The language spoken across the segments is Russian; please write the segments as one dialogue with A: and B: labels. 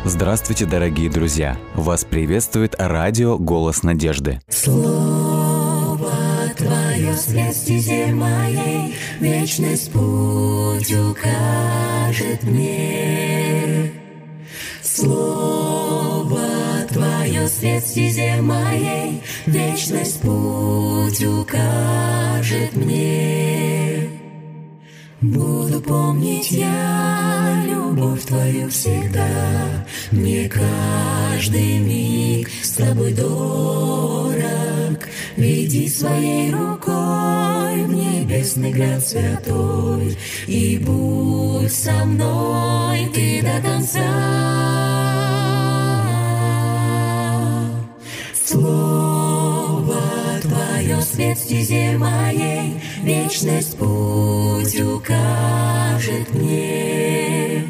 A: Здравствуйте, дорогие друзья! Вас приветствует радио «Голос надежды».
B: Слово Твое, свет стезе моей, вечность путь укажет мне. Слово Твое, свет стезе моей, вечность путь укажет мне. Буду помнить я любовь Твою всегда, мне каждый миг с Тобой дорог. Веди своей рукой в небесный град святой, и будь со мной Ты до конца. Слово Твое, свет стезе моей, вечность путь укажет мне.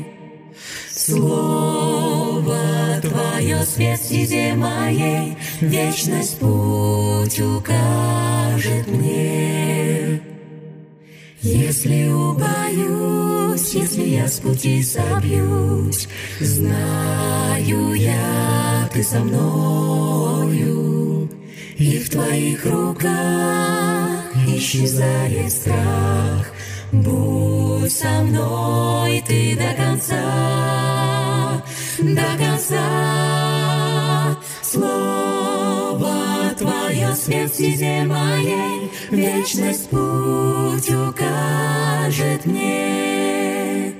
B: Слово Твое, свет стезе моей, вечность путь укажет мне. Если убоюсь, если я с пути собьюсь, знаю я, Ты со мною, и в Твоих руках исчезает страх. Будь со мной Ты до конца, до конца. Слово Твое, свет стезе моей, вечность путь укажет мне.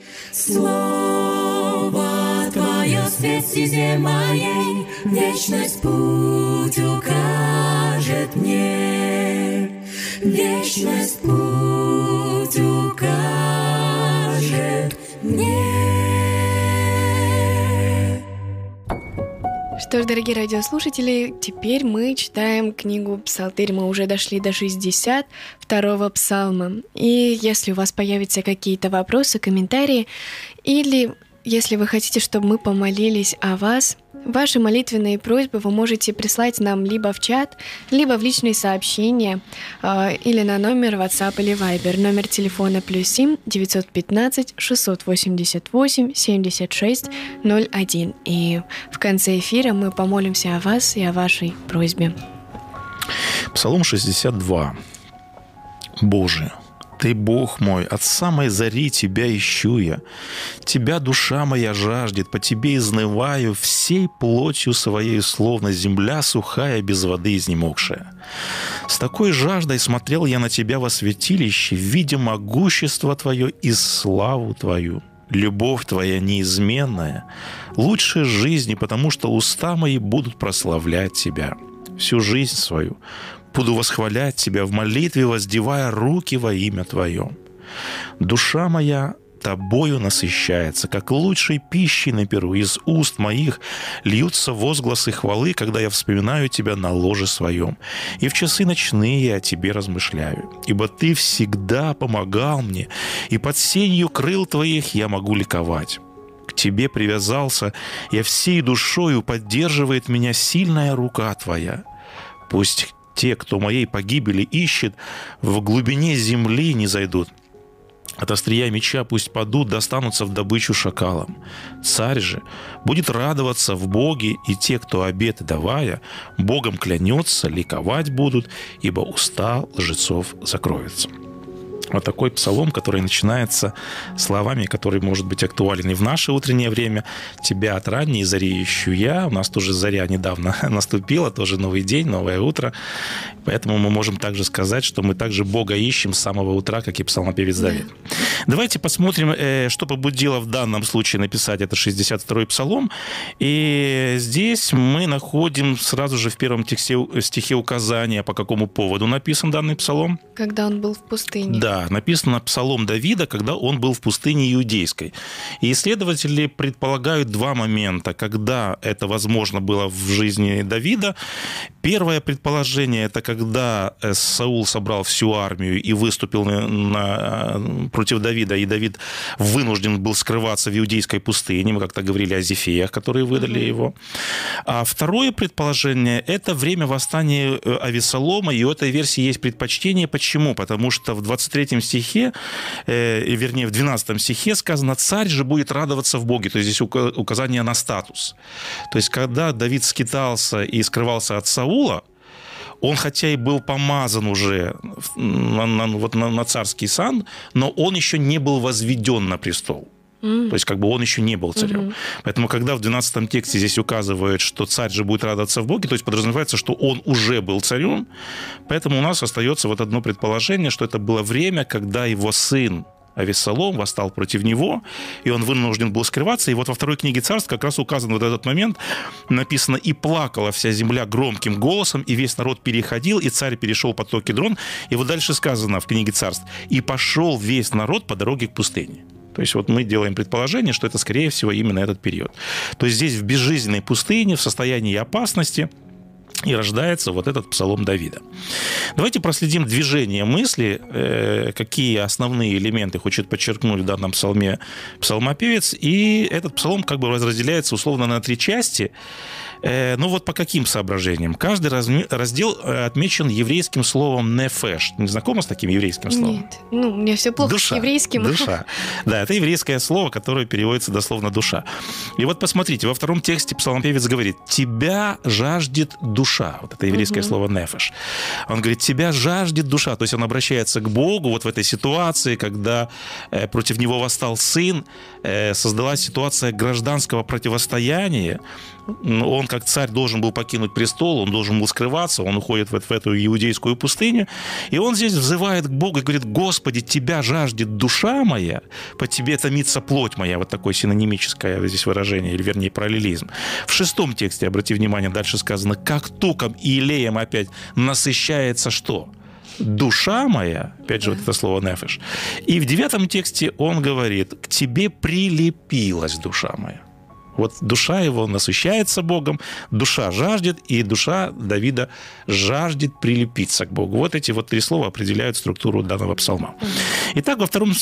B: Слово Твое, свет стезе моей, вечность путь укажет мне. Вечность путь укажет мне.
C: Что ж, дорогие радиослушатели, теперь мы читаем книгу «Псалтырь». Мы уже дошли до 62-го псалма. И если у вас появятся какие-то вопросы, комментарии, или если вы хотите, чтобы мы помолились о вас, ваши молитвенные просьбы вы можете прислать нам либо в чат, либо в личные сообщения, или на номер WhatsApp или Viber. Номер телефона +7 915 688 76 01. И в конце эфира мы помолимся о вас и о вашей просьбе.
D: Псалом 62. Боже, Ты, Бог мой, от самой зари Тебя ищу я. Тебя душа моя жаждет, по Тебе изнываю всей плотью своей, словно земля сухая, без воды изнемогшая. С такой жаждой смотрел я на Тебя во святилище, видя могущество Твое и славу Твою. Любовь Твоя неизменная, лучше жизни, потому что уста мои будут прославлять Тебя. Всю жизнь свою буду восхвалять Тебя в молитве, воздевая руки во имя Твое. Душа моя Тобою насыщается, как лучшей пищей на перу. Из уст моих льются возгласы хвалы, когда я вспоминаю Тебя на ложе своем. И в часы ночные о Тебе размышляю. Ибо Ты всегда помогал мне, и под сенью крыл Твоих я могу ликовать. К Тебе привязался я всей душою, поддерживает меня сильная рука Твоя. Пусть те, кто моей погибели ищет, в глубине земли не зайдут. От острия меча пусть падут, достанутся в добычу шакалам. Царь же будет радоваться в Боге, и те, кто обеты давая, Богом клянется, ликовать будут, ибо уста лжецов закроются. Вот такой псалом, который начинается словами, которые, может быть, актуален и в наше утреннее время. «Тебя от ранней зари ищу я». У нас тоже заря недавно наступила, тоже новый день, новое утро. Поэтому мы можем также сказать, что мы также Бога ищем с самого утра, как и псалмопевец Давид. Давайте посмотрим, что побудило в данном случае написать это 62-й псалом. И здесь мы находим сразу же в первом стихе указание, по какому поводу написан данный псалом.
C: Когда он был в пустыне.
D: Да, написано псалом Давида, когда он был в пустыне иудейской. И исследователи предполагают два момента, когда это возможно было в жизни Давида. Первое предположение, это когда Саул собрал всю армию и выступил против Давида, и Давид вынужден был скрываться в иудейской пустыне. Мы как-то говорили о Зефеях, которые выдали его. А второе предположение, это время восстания Авессалома, и у этой версии есть предпочтение. Почему? Потому что в 23 стихе, вернее, в 12 стихе сказано: «Царь же будет радоваться в Боге». То есть здесь указание на статус. То есть когда Давид скитался и скрывался от Саула, он хотя и был помазан уже на царский сан, но он еще не был возведен на престол. То есть как бы он еще не был царем. Поэтому когда в 12 тексте здесь указывают, что царь же будет радоваться в Боге, то есть подразумевается, что он уже был царем. Поэтому у нас остается вот одно предположение, что это было время, когда его сын Авессалом восстал против него, и он вынужден был скрываться. И вот во второй книге Царств как раз указан вот этот момент. Написано: «И плакала вся земля громким голосом, и весь народ переходил, и царь перешел поток Кедрон». И вот дальше сказано в книге Царств: «И пошел весь народ по дороге к пустыне». То есть вот мы делаем предположение, что это, скорее всего, именно этот период. То есть здесь в безжизненной пустыне, в состоянии опасности, и рождается вот этот псалом Давида. Давайте проследим движение мысли, какие основные элементы хочет подчеркнуть в данном псалме псалмопевец. И этот псалом как бы разделяется условно на 3 части. Ну вот по каким соображениям? Каждый раздел отмечен еврейским словом «нефеш». Не знакома с таким еврейским словом?
C: Нет. Ну, у меня все плохо
D: душа,
C: с еврейским.
D: Душа. Да, это еврейское слово, которое переводится дословно «душа». И вот посмотрите, во втором тексте псалмопевец говорит: «Тебя жаждет душа». Вот это еврейское слово «нефеш». Он говорит: «Тебя жаждет душа». То есть он обращается к Богу вот в этой ситуации, когда против него восстал сын, создалась ситуация гражданского противостояния. Он, как царь, должен был покинуть престол, он должен был скрываться, он уходит в эту иудейскую пустыню. И он здесь взывает к Богу и говорит: «Господи, тебя жаждет душа моя, по тебе томится плоть моя». Вот такое синонимическое здесь выражение, или вернее параллелизм. В 6 тексте, обрати внимание, дальше сказано: «Как туком и илеем опять насыщается что? Душа моя». Опять же, вот это слово «нефеш». И в 9 тексте он говорит: «К тебе прилепилась душа моя». Вот душа его насыщается Богом, душа жаждет, и душа Давида жаждет прилепиться к Богу. Вот эти вот 3 слова определяют структуру данного псалма. Итак, во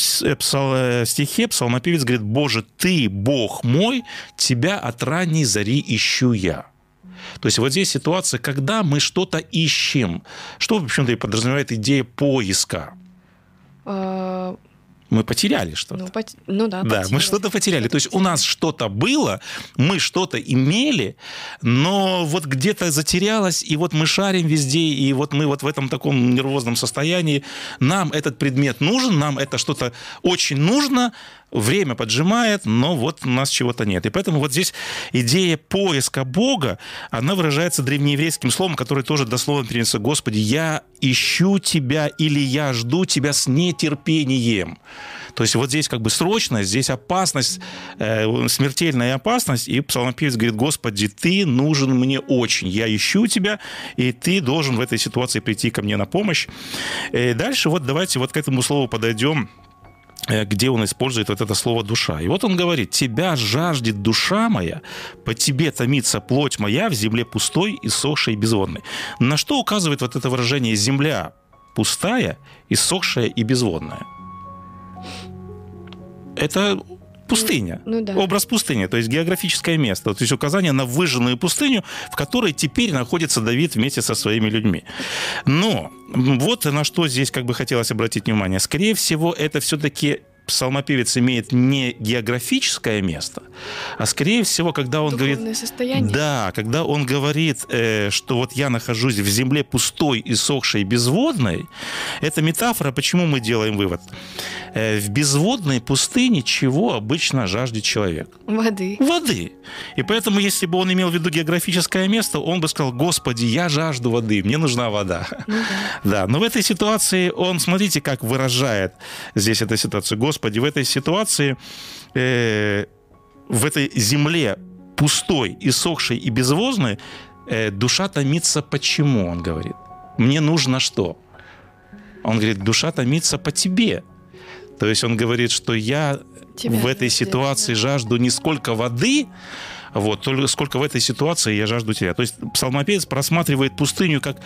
D: 2 стихе псалмопевец говорит: «Боже, Ты, Бог мой, Тебя от ранней зари ищу я». То есть вот здесь ситуация, когда мы что-то ищем. Что, в общем-то, и подразумевает идея поиска. Мы потеряли что-то.
C: Ну да,
D: да, мы что-то потеряли. То есть у нас что-то было, мы что-то имели, но вот где-то затерялось, и вот мы шарим везде, и вот мы вот в этом таком нервозном состоянии. Нам этот предмет нужен, нам это что-то очень нужно, время поджимает, но вот у нас чего-то нет. И поэтому вот здесь идея поиска Бога, она выражается древнееврейским словом, которое тоже дословно переводится: «Господи, я ищу Тебя» или «я жду Тебя с нетерпением». То есть вот здесь как бы срочность, здесь опасность, смертельная опасность, и псалмопевец говорит: «Господи, Ты нужен мне очень, я ищу Тебя, и Ты должен в этой ситуации прийти ко мне на помощь». И дальше вот давайте вот к этому слову подойдем, где он использует вот это слово «душа». И вот он говорит: «Тебя жаждет душа моя, по тебе томится плоть моя в земле пустой, иссохшей и безводной». На что указывает вот это выражение «земля пустая, иссохшая и безводная»? Это пустыня,
C: ну, да.
D: Образ пустыни, то есть географическое место, то есть указание на выжженную пустыню, в которой теперь находится Давид вместе со своими людьми. Но вот на что здесь как бы хотелось обратить внимание. Скорее всего, это все-таки псалмопевец имеет не географическое место, а скорее всего, когда он
C: духовное
D: говорит...
C: состояние.
D: Да, когда он говорит, что вот я нахожусь в земле пустой, иссохшей, безводной, это метафора. Почему мы делаем вывод? В безводной пустыне чего обычно жаждет человек?
C: Воды.
D: Воды. И поэтому, если бы он имел в виду географическое место, он бы сказал: «Господи, я жажду воды, мне нужна вода».
C: Ну, да.
D: Да, но в этой ситуации он, смотрите, как выражает здесь эту ситуацию. Господи, в этой ситуации, в этой земле пустой, иссохшей и безводной, душа томится. Почему, он говорит? Мне нужно что? Он говорит: душа томится по тебе. То есть он говорит, что я
C: Тебя
D: в этой ситуации жажду не сколько воды, вот, только сколько в этой ситуации я жажду тебя. То есть псалмопевец просматривает пустыню как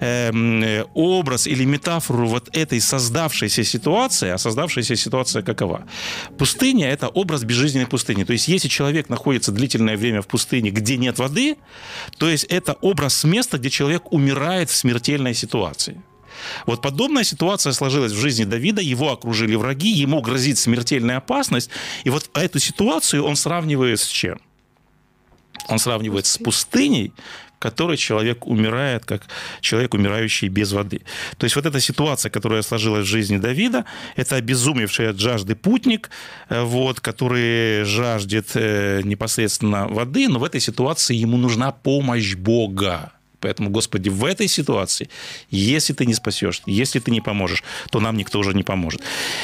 D: образ или метафору вот этой создавшейся ситуации. А создавшаяся ситуация какова? Пустыня – это образ безжизненной пустыни. То есть если человек находится длительное время в пустыне, где нет воды, то есть это образ места, где человек умирает в смертельной ситуации. Вот подобная ситуация сложилась в жизни Давида, его окружили враги, ему грозит смертельная опасность, и вот эту ситуацию он сравнивает с чем? Он сравнивает с пустыней, в которой человек умирает, как человек, умирающий без воды. То есть вот эта ситуация, которая сложилась в жизни Давида, это обезумевший от жажды путник, вот, который жаждет непосредственно воды, но в этой ситуации ему нужна помощь Бога. Поэтому, Господи, в этой ситуации, если ты не спасешь, если ты не поможешь, то нам никто уже не поможет.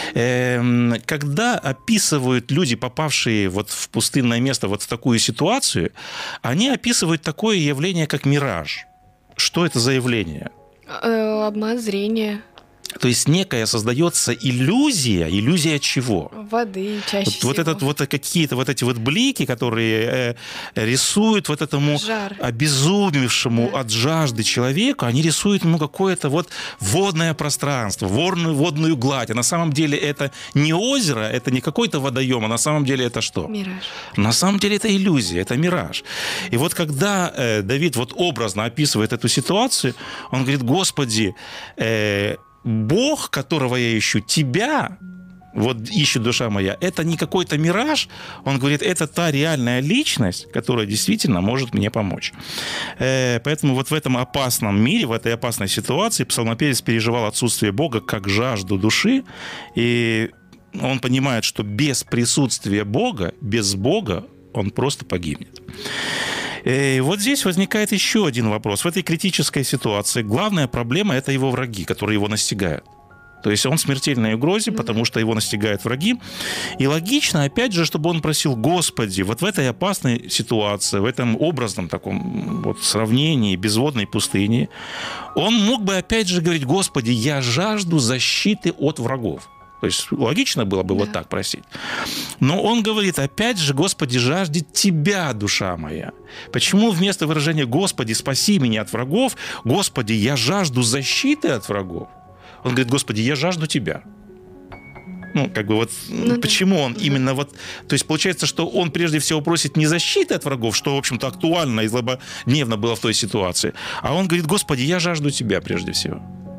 D: Когда описывают люди, попавшие вот в пустынное место, вот в такую ситуацию, они описывают такое явление, как мираж. Что это за явление?
C: Обман зрения.
D: То есть некая создается иллюзия. Иллюзия чего?
C: Воды чаще всего.
D: Вот какие-то вот эти вот блики, которые рисуют вот этому обезумевшему от жажды человеку, они рисуют ему какое-то вот водное пространство, водную гладь. А на самом деле это не озеро, это не какой-то водоем, а на самом деле это что?
C: Мираж.
D: На самом деле это иллюзия, это мираж. И вот когда Давид вот образно описывает эту ситуацию, он говорит: Господи, Бог, которого я ищу, тебя, вот ищет душа моя, это не какой-то мираж, он говорит, это та реальная личность, которая действительно может мне помочь. Поэтому вот в этом опасном мире, в этой опасной ситуации псалмопевец переживал отсутствие Бога как жажду души, и он понимает, что без присутствия Бога, без Бога он просто погибнет. И вот здесь возникает еще один вопрос. В этой критической ситуации главная проблема – это его враги, которые его настигают. То есть он в смертельной угрозе, потому что его настигают враги. И логично, опять же, чтобы он просил: Господи, вот в этой опасной ситуации, в этом образном таком вот сравнении безводной пустыни, он мог бы опять же говорить: Господи, я жажду защиты от врагов. То есть логично было бы вот так просить. Но он говорит, опять же, Господи, жаждет Тебя, душа моя. Почему вместо выражения «Господи, спаси меня от врагов», «Господи, я жажду защиты от врагов», он говорит: Господи, я жажду Тебя. Ну, как бы вот почему он именно вот... То есть получается, что он прежде всего просит не защиты от врагов, что, в общем-то, актуально и злободневно было в той ситуации, а он говорит: Господи, я жажду Тебя прежде всего.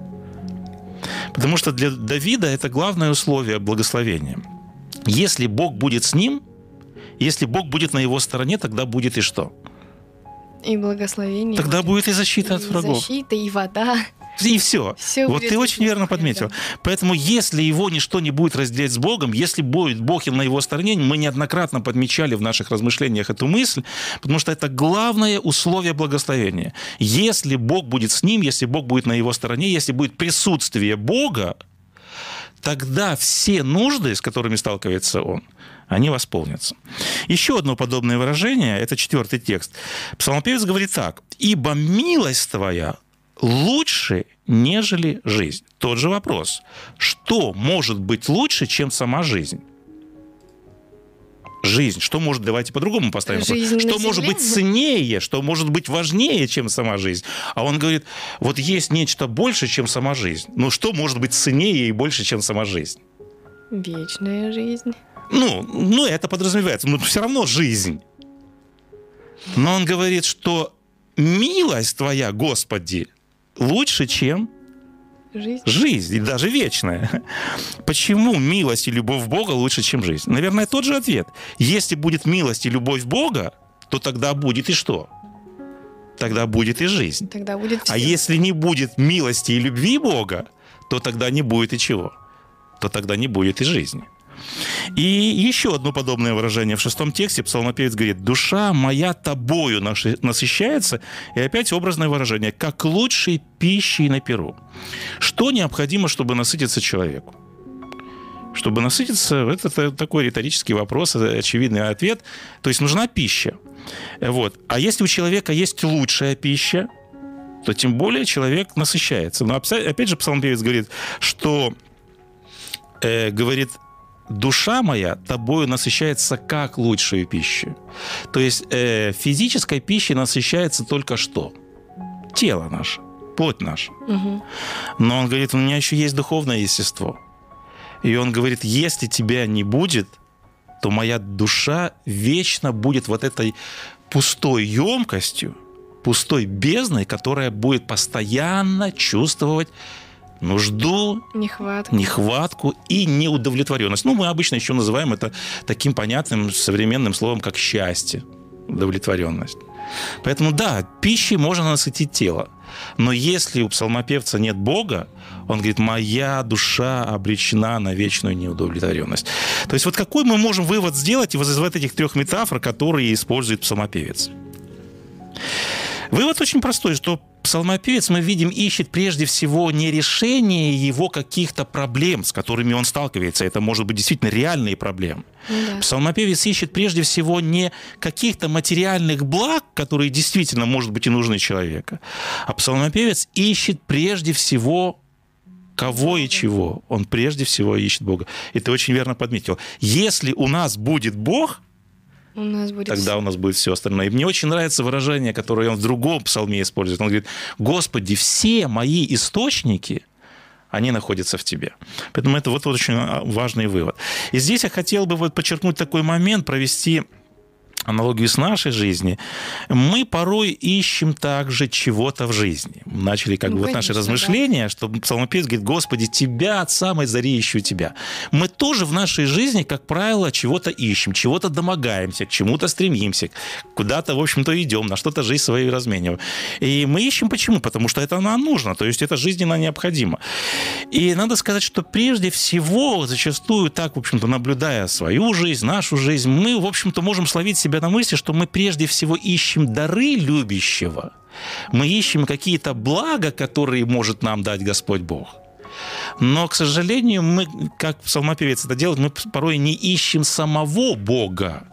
D: Потому что для Давида это главное условие благословения. Если Бог будет с ним, если Бог будет на его стороне, тогда будет и что?
C: И благословение.
D: Тогда будет и защита от врагов.
C: И защита, и вода.
D: И все. Вот ты очень верно подметил.
C: Да.
D: Поэтому если его ничто не будет разделять с Богом, если будет Бог на его стороне, мы неоднократно подмечали в наших размышлениях эту мысль, потому что это главное условие благословения. Если Бог будет с ним, если Бог будет на его стороне, если будет присутствие Бога, тогда все нужды, с которыми сталкивается он, они восполнятся. Еще одно подобное выражение, это 4-й текст. Псалмопевец говорит так: «Ибо милость твоя лучше, нежели жизнь». Тот же вопрос. Что может быть лучше, чем сама жизнь? Жизнь. Что может, давайте по-другому поставим. Что может быть ценнее, что может быть важнее, чем сама жизнь? А он говорит, вот есть нечто больше, чем сама жизнь. Ну, что может быть ценнее и больше, чем сама жизнь?
C: Вечная жизнь.
D: Ну, это подразумевается. Но все равно жизнь. Но он говорит, что милость твоя, Господи, лучше, чем жизнь, и даже вечная. Почему милость и любовь Бога лучше, чем жизнь? Наверное, тот же ответ. Если будет милость и любовь Бога, то тогда будет и что? Тогда будет и жизнь.
C: Тогда будет все.
D: А если не будет милости и любви Бога, то тогда не будет и чего? То тогда не будет и жизни. И еще одно подобное выражение в 6-м тексте псалмопевец говорит: «Душа моя тобою насыщается». И опять образное выражение: «как лучшей пищей на перу». Что необходимо, чтобы насытиться человеку? Чтобы насытиться, это такой риторический вопрос, это очевидный ответ. То есть нужна пища. Вот. А если у человека есть лучшая пища, то тем более человек насыщается. Но опять же псалмопевец говорит, что говорит, душа моя тобою насыщается как лучшую пищу. То есть физической пищей насыщается только что? Тело наше, плоть наша.
C: Угу.
D: Но он говорит, у меня еще есть духовное естество. И он говорит, если тебя не будет, то моя душа вечно будет вот этой пустой емкостью, пустой бездной, которая будет постоянно чувствовать нужду, нехватку и неудовлетворенность. Мы обычно еще называем это таким понятным современным словом, как счастье, удовлетворенность. Поэтому да, пищей можно насытить тело. Но если у псалмопевца нет Бога, он говорит, моя душа обречена на вечную неудовлетворенность. То есть вот какой мы можем вывод сделать из этих 3 метафор, которые использует псалмопевец? Вывод очень простой, что псалмопевец, мы видим, ищет прежде всего не решение его каких-то проблем, с которыми он сталкивается. Это может быть действительно реальные проблемы. Да. Псалмопевец ищет прежде всего не каких-то материальных благ, которые действительно, может быть, и нужны человеку, а псалмопевец ищет прежде всего кого и чего. Он прежде всего ищет Бога. И ты очень верно подметил. Если у нас будет Бог, тогда у нас будет все остальное. И мне очень нравится выражение, которое он в другом псалме использует. Он говорит, Господи, все мои источники, они находятся в Тебе. Поэтому это вот очень важный вывод. И здесь я хотел бы подчеркнуть такой момент, провести аналогию с нашей жизнью. Мы порой ищем также чего-то в жизни. Начали конечно, наши размышления, да. Что псалмопевец говорит, Господи, Тебя от самой зари ищу Тебя. Мы тоже в нашей жизни, как правило, чего-то ищем, чего-то домогаемся, к чему-то стремимся, куда-то, в общем-то, идем, на что-то жизнь свою размениваем. И мы ищем почему? Потому что это нам нужно, то есть это жизненно необходимо. И надо сказать, что прежде всего, зачастую так, в общем-то, наблюдая свою жизнь, нашу жизнь, мы, в общем-то, можем словить себя на мысли, что мы прежде всего ищем дары любящего. Мы ищем какие-то блага, которые может нам дать Господь Бог. Но, к сожалению, мы, как псалмопевец это делает, мы порой не ищем самого Бога.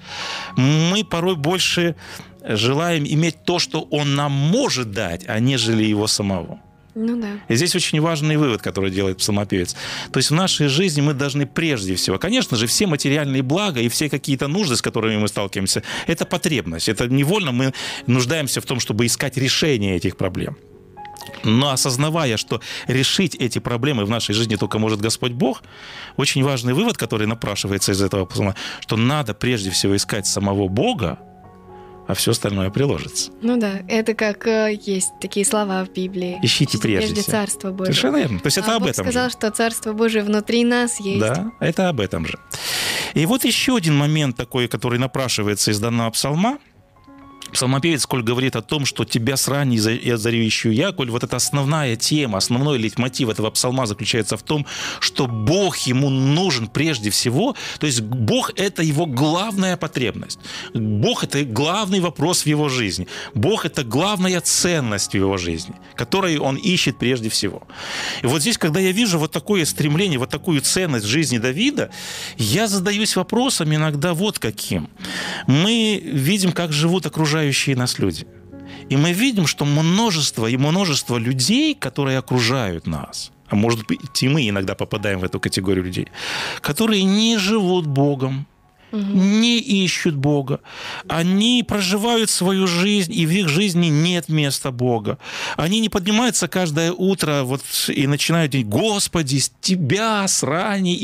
D: Мы порой больше желаем иметь то, что Он нам может дать, а нежели Его самого.
C: Ну да.
D: И здесь очень важный вывод, который делает псалмопевец. То есть в нашей жизни мы должны прежде всего, конечно же, все материальные блага и все какие-то нужды, с которыми мы сталкиваемся, это потребность. Это невольно мы нуждаемся в том, чтобы искать решение этих проблем. Но осознавая, что решить эти проблемы в нашей жизни только может Господь Бог, очень важный вывод, который напрашивается из этого псалма, что надо прежде всего искать самого Бога, а все остальное приложится.
C: Ну да, это как есть такие слова в Библии.
D: Ищите прежде
C: Царство Божие.
D: Совершенно верно. То есть это об
C: Бог
D: этом
C: сказал,
D: же.
C: что Царство Божие внутри нас есть.
D: Да, это об этом же. И вот еще один момент такой, который напрашивается из данного псалма. Псалмопевец, коль говорит о том, что тебя с ранней зари ищу я, коль вот эта основная тема, основной лейтмотив этого псалма заключается в том, что Бог ему нужен прежде всего, то есть Бог – это его главная потребность. Бог – это главный вопрос в его жизни. Бог – это главная ценность в его жизни, которую он ищет прежде всего. И вот здесь, когда я вижу вот такое стремление, вот такую ценность в жизни Давида, я задаюсь вопросом иногда вот каким. Мы видим, как живут окружающие нас люди. И мы видим, что множество людей, которые окружают нас, а может быть, и мы иногда попадаем в эту категорию людей, которые не живут Богом, не ищут Бога. Они проживают свою жизнь, и в их жизни нет места Бога. Они не поднимаются каждое утро и начинают говорить: «Господи, с Тебя с ранней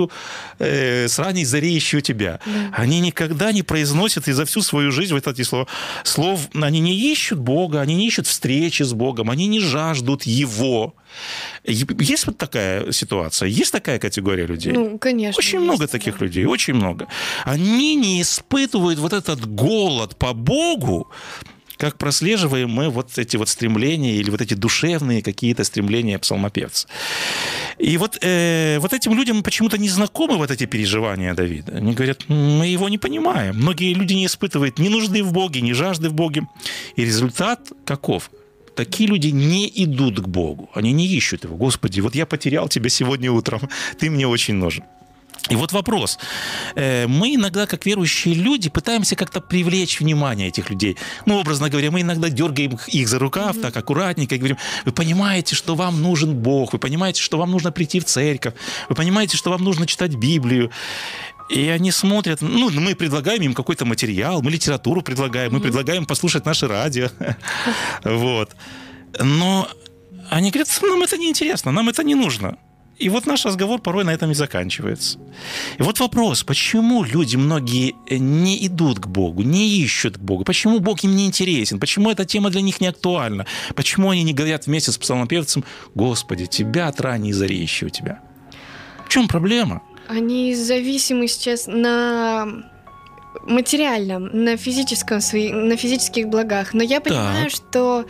D: зари ищу Тебя». Да. Они никогда не произносят, и за всю свою жизнь вот эти слов, они не ищут Бога, они не ищут встречи с Богом, они не жаждут Его. Есть вот такая ситуация? Есть такая категория людей?
C: Ну, конечно.
D: Очень много таких людей, очень много. Они не испытывают вот этот голод по Богу, как прослеживаем мы вот эти вот стремления или вот эти душевные какие-то стремления псалмопевца. И вот этим людям почему-то не знакомы вот эти переживания Давида. Они говорят: мы его не понимаем. Многие люди не испытывают ни нужды в Боге, ни жажды в Боге. И результат каков? Такие люди не идут к Богу, они не ищут Его. Господи, вот я потерял Тебя сегодня утром, Ты мне очень нужен. И вот вопрос. Мы иногда, как верующие люди, пытаемся как-то привлечь внимание этих людей. Ну, образно говоря, мы иногда дергаем их за рукав, так аккуратненько, и говорим: вы понимаете, что вам нужен Бог, вы понимаете, что вам нужно прийти в церковь, вы понимаете, что вам нужно читать Библию. И они смотрят, ну, мы предлагаем им какой-то материал, мы литературу предлагаем, мы предлагаем послушать наше радио. Вот. Но они говорят: нам это не интересно, нам это не нужно. И вот наш разговор порой на этом и заканчивается. И вот вопрос, почему люди многие не идут к Богу, не ищут к Богу, почему Бог им не интересен, почему эта тема для них не актуальна, почему они не говорят вместе с псалмопевцем: «Господи, Тебя от ранней зари ищу Тебя». В чем проблема?
C: Они зависимы сейчас на материальном, на физическом, на физических благах. Но я понимаю, что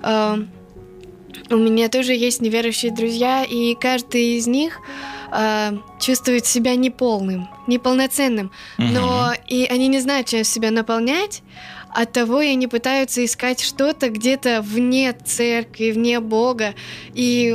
C: у меня тоже есть неверующие друзья, и каждый из них чувствует себя неполным, неполноценным. Но и они не знают, чем себя наполнять. Оттого и они пытаются искать что-то где-то вне церкви, вне Бога. И,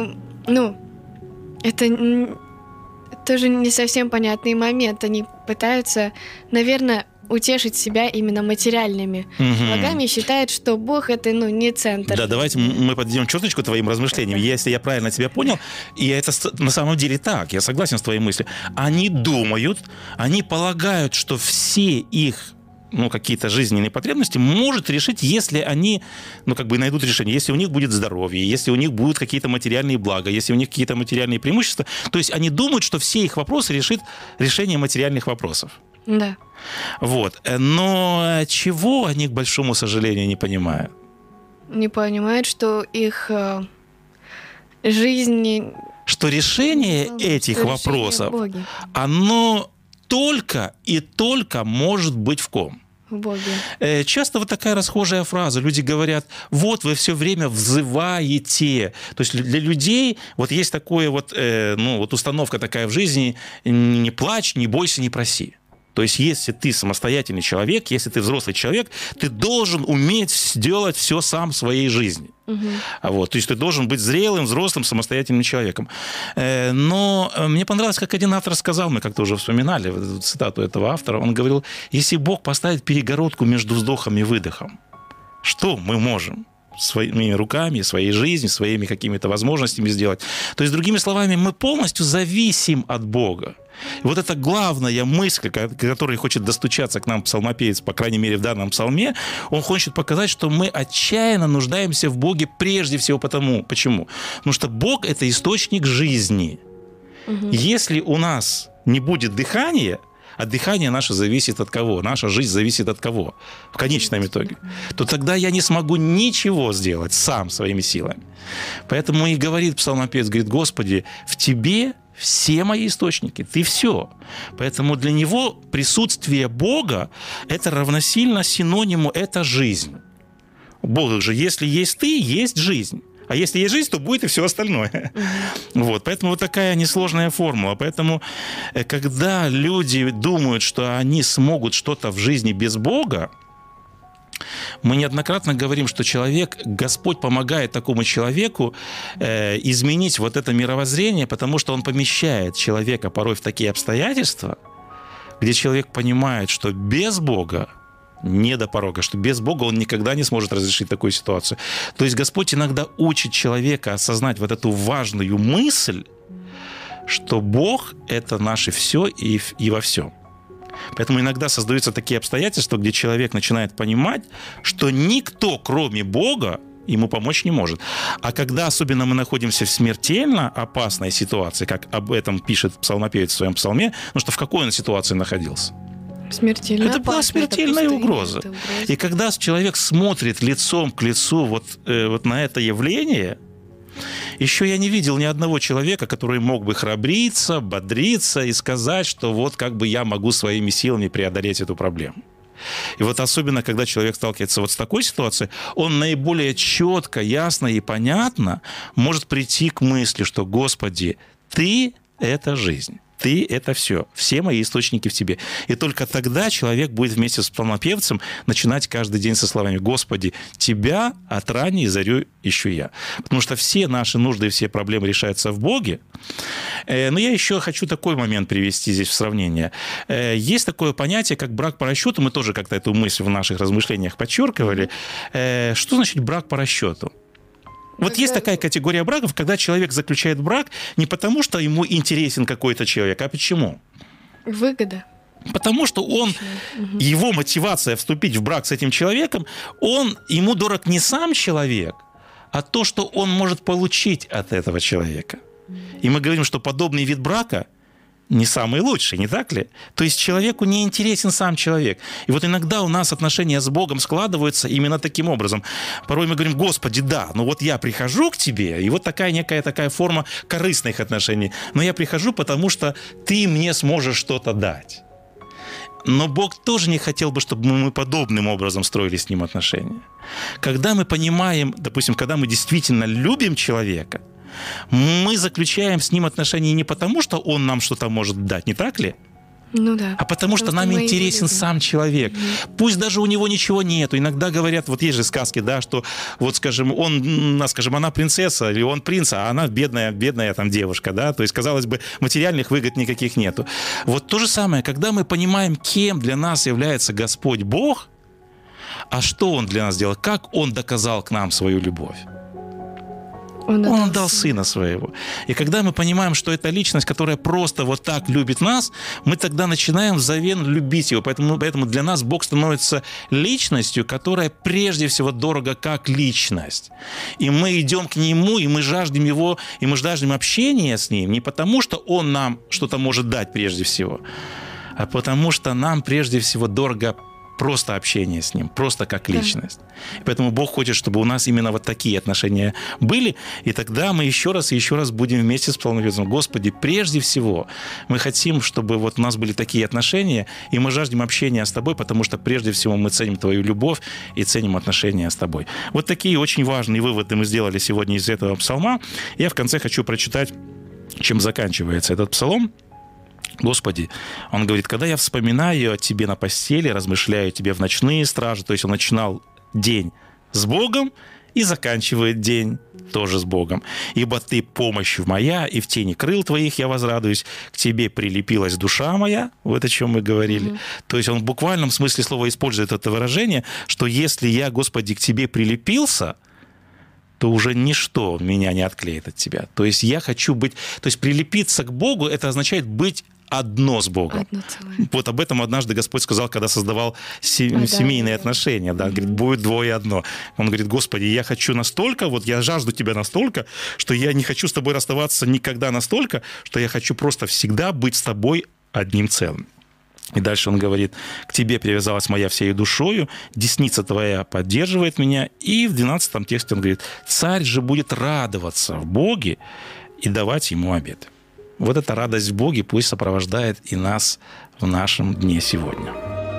C: это тоже не совсем понятный момент. Они пытаются, наверное, утешить себя именно материальными благами и считают, что Бог — это, не центр.
D: Да, давайте мы подведем черточку твоим размышлениям. Если я правильно тебя понял, и это на самом деле так, я согласен с твоей мыслью, они думают, они полагают, что все их какие-то жизненные потребности может решить, если они, найдут решение, если у них будет здоровье, если у них будут какие-то материальные блага, если у них какие-то материальные преимущества. То есть они думают, что все их вопросы решит решение материальных вопросов.
C: Да.
D: Вот. Но чего они, к большому сожалению, не понимают?
C: Не понимают, что их жизнь...
D: Что решение этих вопросов, оно только и только может быть в ком?
C: В Боге.
D: Часто вот такая расхожая фраза. Люди говорят: вот вы все время взываете. То есть для людей вот есть такое установка такая в жизни: не плачь, не бойся, не проси. То есть если ты самостоятельный человек, если ты взрослый человек, ты должен уметь делать все сам в своей жизни. Вот, то есть ты должен быть зрелым, взрослым, самостоятельным человеком. Но мне понравилось, как один автор сказал, мы как-то уже вспоминали цитату этого автора, он говорил: если Бог поставит перегородку между вздохом и выдохом, что мы можем своими руками, своей жизнью, своими какими-то возможностями сделать? То есть, другими словами, мы полностью зависим от Бога. И вот это главная мысль, которой хочет достучаться к нам псалмопевец, по крайней мере, в данном псалме, он хочет показать, что мы отчаянно нуждаемся в Боге прежде всего потому. Почему? Потому что Бог — это источник жизни. Если у нас не будет дыхания, а дыхание наше зависит от кого? Наша жизнь зависит от кого? В конечном итоге. То тогда я не смогу ничего сделать сам своими силами. Поэтому и говорит псалмопевец, говорит: Господи, в Тебе все мои источники, Ты все. Поэтому для него присутствие Бога – это равносильно синониму «это жизнь». Бог же, если есть Ты, есть жизнь. А если есть жизнь, то будет и все остальное. Вот. Поэтому вот такая несложная формула. Поэтому, когда люди думают, что они смогут что-то в жизни без Бога, мы неоднократно говорим, что Господь помогает такому человеку изменить вот это мировоззрение, потому что Он помещает человека порой в такие обстоятельства, где человек понимает, что без Бога не до порога, что без Бога он никогда не сможет разрешить такую ситуацию. То есть Господь иногда учит человека осознать вот эту важную мысль, что Бог – это наше все и во всем. Поэтому иногда создаются такие обстоятельства, где человек начинает понимать, что никто, кроме Бога, ему помочь не может. А когда особенно мы находимся в смертельно опасной ситуации, как об этом пишет псалмопевец в своем псалме, что в какой он ситуации находился? Это была смертельная угроза. И когда человек смотрит лицом к лицу вот на это явление, еще я не видел ни одного человека, который мог бы храбриться, бодриться и сказать, что вот как бы я могу своими силами преодолеть эту проблему. И вот особенно, когда человек сталкивается вот с такой ситуацией, он наиболее четко, ясно и понятно может прийти к мысли, что, Господи, Ты – это жизнь. Ты – это все мои источники в тебе. И только тогда человек будет вместе с псалмопевцем начинать каждый день со словами: «Господи, Тебя от ранней зарю ищу я». Потому что все наши нужды и все проблемы решаются в Боге. Но я еще хочу такой момент привести здесь в сравнение. Есть такое понятие, как брак по расчету. Мы тоже как-то эту мысль в наших размышлениях подчеркивали. Что значит брак по расчету? Вот есть такая категория браков, когда человек заключает брак не потому, что ему интересен какой-то человек, а почему?
C: Выгода.
D: Потому что его мотивация вступить в брак с этим человеком, ему дорог не сам человек, а то, что он может получить от этого человека. И мы говорим, что подобный вид брака не самый лучший, не так ли? То есть человеку не интересен сам человек. И вот иногда у нас отношения с Богом складываются именно таким образом. Порой мы говорим: Господи, да, но вот я прихожу к Тебе, и вот некая такая форма корыстных отношений. Но я прихожу, потому что Ты мне сможешь что-то дать. Но Бог тоже не хотел бы, чтобы мы подобным образом строили с Ним отношения. Когда мы понимаем, допустим, когда мы действительно любим человека, мы заключаем с ним отношения не потому, что он нам что-то может дать, не так ли?
C: Ну да.
D: А потому что нам интересен сам человек. Пусть даже у него ничего нету. Иногда говорят, вот есть же сказки, да, что вот, скажем, она принцесса, или он принц, а она бедная там девушка, да, то есть, казалось бы, материальных выгод никаких нету. Вот то же самое, когда мы понимаем, кем для нас является Господь Бог, а что Он для нас сделал, как Он доказал к нам свою любовь. Он отдал Сына Своего. И когда мы понимаем, что это личность, которая просто вот так любит нас, мы тогда начинаем взамен любить Его. Поэтому для нас Бог становится личностью, которая прежде всего дорога как личность. И мы идем к Нему, и мы жаждем Его, и мы жаждем общения с Ним не потому, что Он нам что-то может дать прежде всего, а потому что нам прежде всего дорого просто общение с Ним, просто как личность. И поэтому Бог хочет, чтобы у нас именно вот такие отношения были, и тогда мы еще раз и еще раз будем вместе с псалмопевцем: Господи, прежде всего мы хотим, чтобы вот у нас были такие отношения, и мы жаждем общения с Тобой, потому что прежде всего мы ценим Твою любовь и ценим отношения с Тобой. Вот такие очень важные выводы мы сделали сегодня из этого псалма. Я в конце хочу прочитать, чем заканчивается этот псалом. Господи, он говорит: когда я вспоминаю о Тебе на постели, размышляю о Тебе в ночные стражи, то есть он начинал день с Богом и заканчивает день тоже с Богом. Ибо Ты помощь моя, и в тени крыл Твоих я возрадуюсь. К Тебе прилепилась душа моя, вот о чем мы говорили. То есть он в буквальном смысле слова использует это выражение, что если я, Господи, к Тебе прилепился, то уже ничто меня не отклеит от Тебя. То есть я хочу быть... То есть прилепиться к Богу, это означает быть одно с Богом. Вот об этом однажды Господь сказал, когда создавал семейные отношения. Да? Говорит, будет двое одно. Он говорит: Господи, я хочу настолько, вот я жажду Тебя настолько, что я не хочу с Тобой расставаться никогда настолько, что я хочу просто всегда быть с Тобой одним целым. И дальше он говорит: к Тебе привязалась моя всею душою, десница Твоя поддерживает меня. И в 12 тексте он говорит: царь же будет радоваться в Боге и давать ему обеты. Вот эта радость в Боге пусть сопровождает и нас в нашем дне сегодня.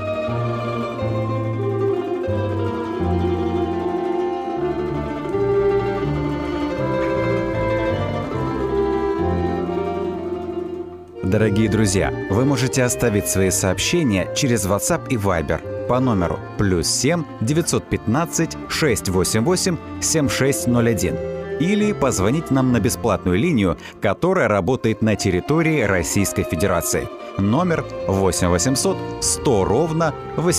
A: Дорогие друзья, вы можете оставить свои сообщения через WhatsApp и Viber по номеру +7 915 688 7601 или позвонить нам на бесплатную линию, которая работает на территории Российской Федерации. Номер 8 800 100 ровно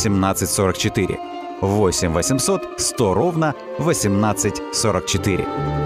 A: 1844. 8 800 100 ровно 1844.